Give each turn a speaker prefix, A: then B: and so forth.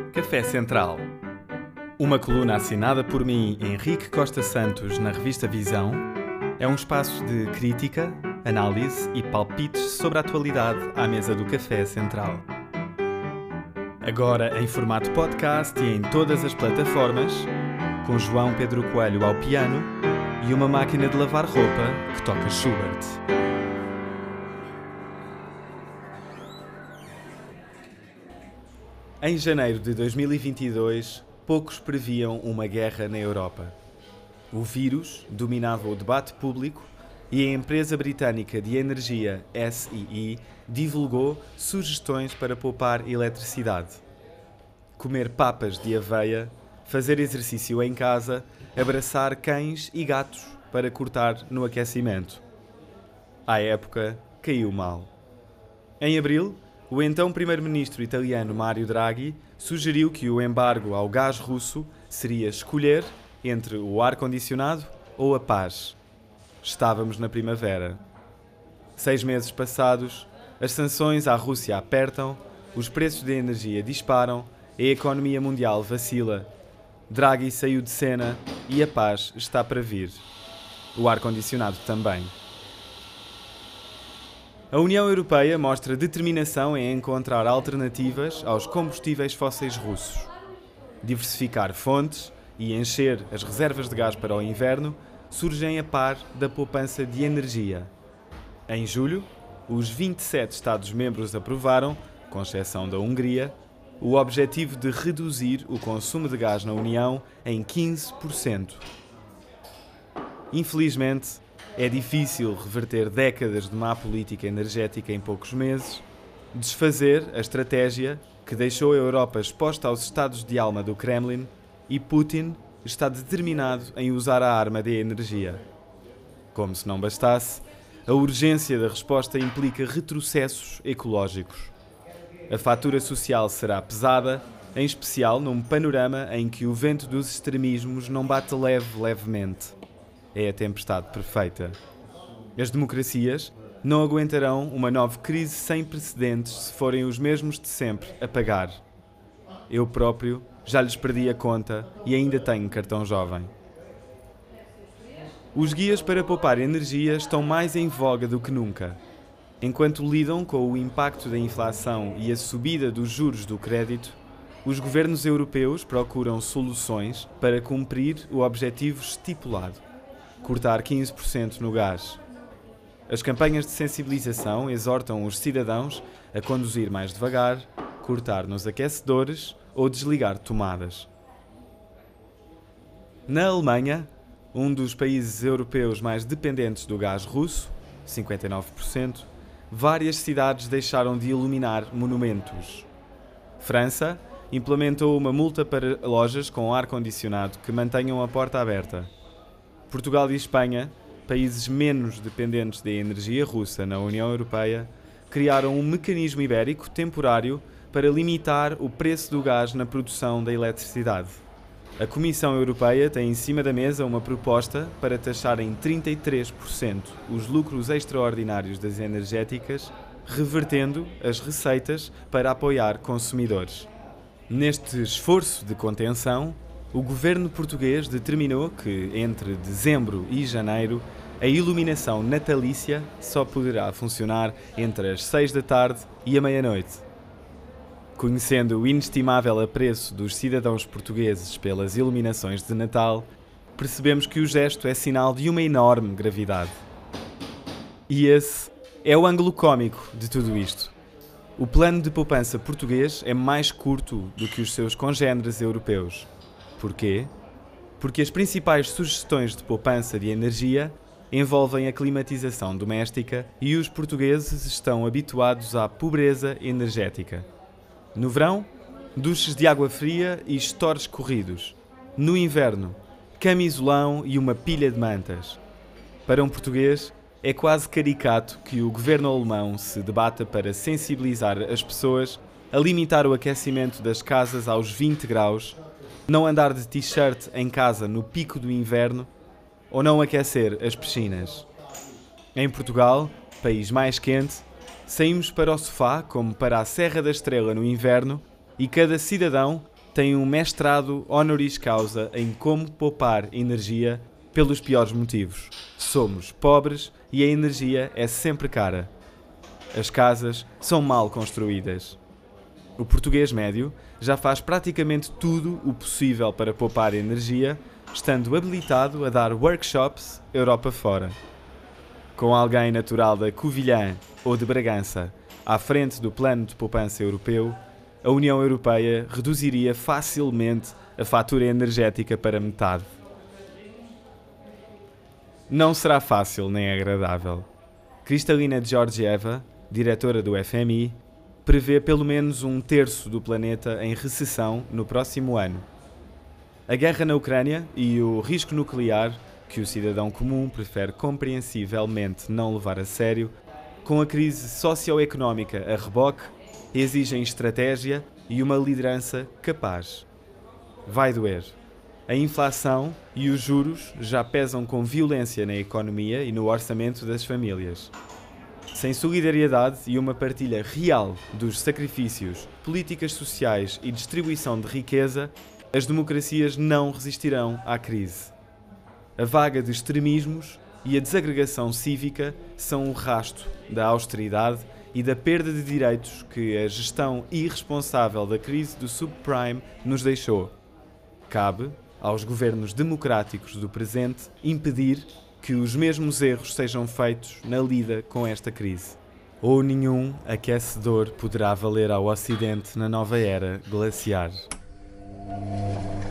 A: Café Central. Uma coluna assinada por mim, Henrique Costa Santos, na revista Visão, é um espaço de crítica, análise e palpites sobre a atualidade à mesa do Café Central. Agora em formato podcast e em todas as plataformas, com João Pedro Coelho ao piano e uma máquina de lavar roupa que toca Schubert. Em janeiro de 2022, poucos previam uma guerra na Europa. O vírus dominava o debate público e a empresa britânica de energia SEE divulgou sugestões para poupar eletricidade. Comer papas de aveia, fazer exercício em casa, abraçar cães e gatos para cortar no aquecimento. À época, caiu mal. Em abril, o então primeiro-ministro italiano Mario Draghi sugeriu que o embargo ao gás russo seria escolher entre o ar-condicionado ou a paz. Estávamos na primavera. 6 meses passados, as sanções à Rússia apertam, os preços de energia disparam, a economia mundial vacila. Draghi saiu de cena e a paz está para vir. O ar-condicionado também. A União Europeia mostra determinação em encontrar alternativas aos combustíveis fósseis russos. Diversificar fontes e encher as reservas de gás para o inverno surgem a par da poupança de energia. Em julho, os 27 Estados-membros aprovaram, com exceção da Hungria, o objetivo de reduzir o consumo de gás na União em 15%. Infelizmente, é difícil reverter décadas de má política energética em poucos meses, desfazer a estratégia que deixou a Europa exposta aos estados de alma do Kremlin, e Putin está determinado em usar a arma da energia. Como se não bastasse, a urgência da resposta implica retrocessos ecológicos. A fatura social será pesada, em especial num panorama em que o vento dos extremismos não bate levemente. É a tempestade perfeita. As democracias não aguentarão uma nova crise sem precedentes se forem os mesmos de sempre a pagar. Eu próprio já lhes perdi a conta e ainda tenho cartão jovem. Os guias para poupar energia estão mais em voga do que nunca. Enquanto lidam com o impacto da inflação e a subida dos juros do crédito, os governos europeus procuram soluções para cumprir o objetivo estipulado: cortar 15% no gás. As campanhas de sensibilização exortam os cidadãos a conduzir mais devagar, cortar nos aquecedores ou desligar tomadas. Na Alemanha, um dos países europeus mais dependentes do gás russo, 59%, várias cidades deixaram de iluminar monumentos. França implementou uma multa para lojas com ar-condicionado que mantenham a porta aberta. Portugal e Espanha, países menos dependentes da energia russa na União Europeia, criaram um mecanismo ibérico temporário para limitar o preço do gás na produção da eletricidade. A Comissão Europeia tem em cima da mesa uma proposta para taxar em 33% os lucros extraordinários das energéticas, revertendo as receitas para apoiar consumidores. Neste esforço de contenção, o governo português determinou que, entre dezembro e janeiro, a iluminação natalícia só poderá funcionar entre as 6 da tarde e a meia-noite. Conhecendo o inestimável apreço dos cidadãos portugueses pelas iluminações de Natal, percebemos que o gesto é sinal de uma enorme gravidade. E esse é o ângulo cômico de tudo isto. O plano de poupança português é mais curto do que os seus congêneres europeus. Porquê? Porque as principais sugestões de poupança de energia envolvem a climatização doméstica e os portugueses estão habituados à pobreza energética. No verão, duches de água fria e stores corridos. No inverno, camisolão e uma pilha de mantas. Para um português, é quase caricato que o governo alemão se debata para sensibilizar as pessoas a limitar o aquecimento das casas aos 20 graus, não andar de t-shirt em casa no pico do inverno ou não aquecer as piscinas. Em Portugal, país mais quente, saímos para o sofá como para a Serra da Estrela no inverno e cada cidadão tem um mestrado honoris causa em como poupar energia pelos piores motivos. Somos pobres e a energia é sempre cara. As casas são mal construídas. O português médio já faz praticamente tudo o possível para poupar energia, estando habilitado a dar workshops Europa fora. Com alguém natural da Covilhã ou de Bragança à frente do Plano de Poupança Europeu, a União Europeia reduziria facilmente a fatura energética para metade. Não será fácil nem agradável. Kristalina Georgieva, diretora do FMI, prevê pelo menos um terço do planeta em recessão no próximo ano. A guerra na Ucrânia e o risco nuclear, que o cidadão comum prefere compreensivelmente não levar a sério, com a crise socioeconómica a reboque, exigem estratégia e uma liderança capaz. Vai doer. A inflação e os juros já pesam com violência na economia e no orçamento das famílias. Sem solidariedade e uma partilha real dos sacrifícios, políticas sociais e distribuição de riqueza, as democracias não resistirão à crise. A vaga de extremismos e a desagregação cívica são o rasto da austeridade e da perda de direitos que a gestão irresponsável da crise do subprime nos deixou. Cabe aos governos democráticos do presente impedir que os mesmos erros sejam feitos na lida com esta crise. Ou nenhum aquecedor poderá valer ao Ocidente na nova era glaciar.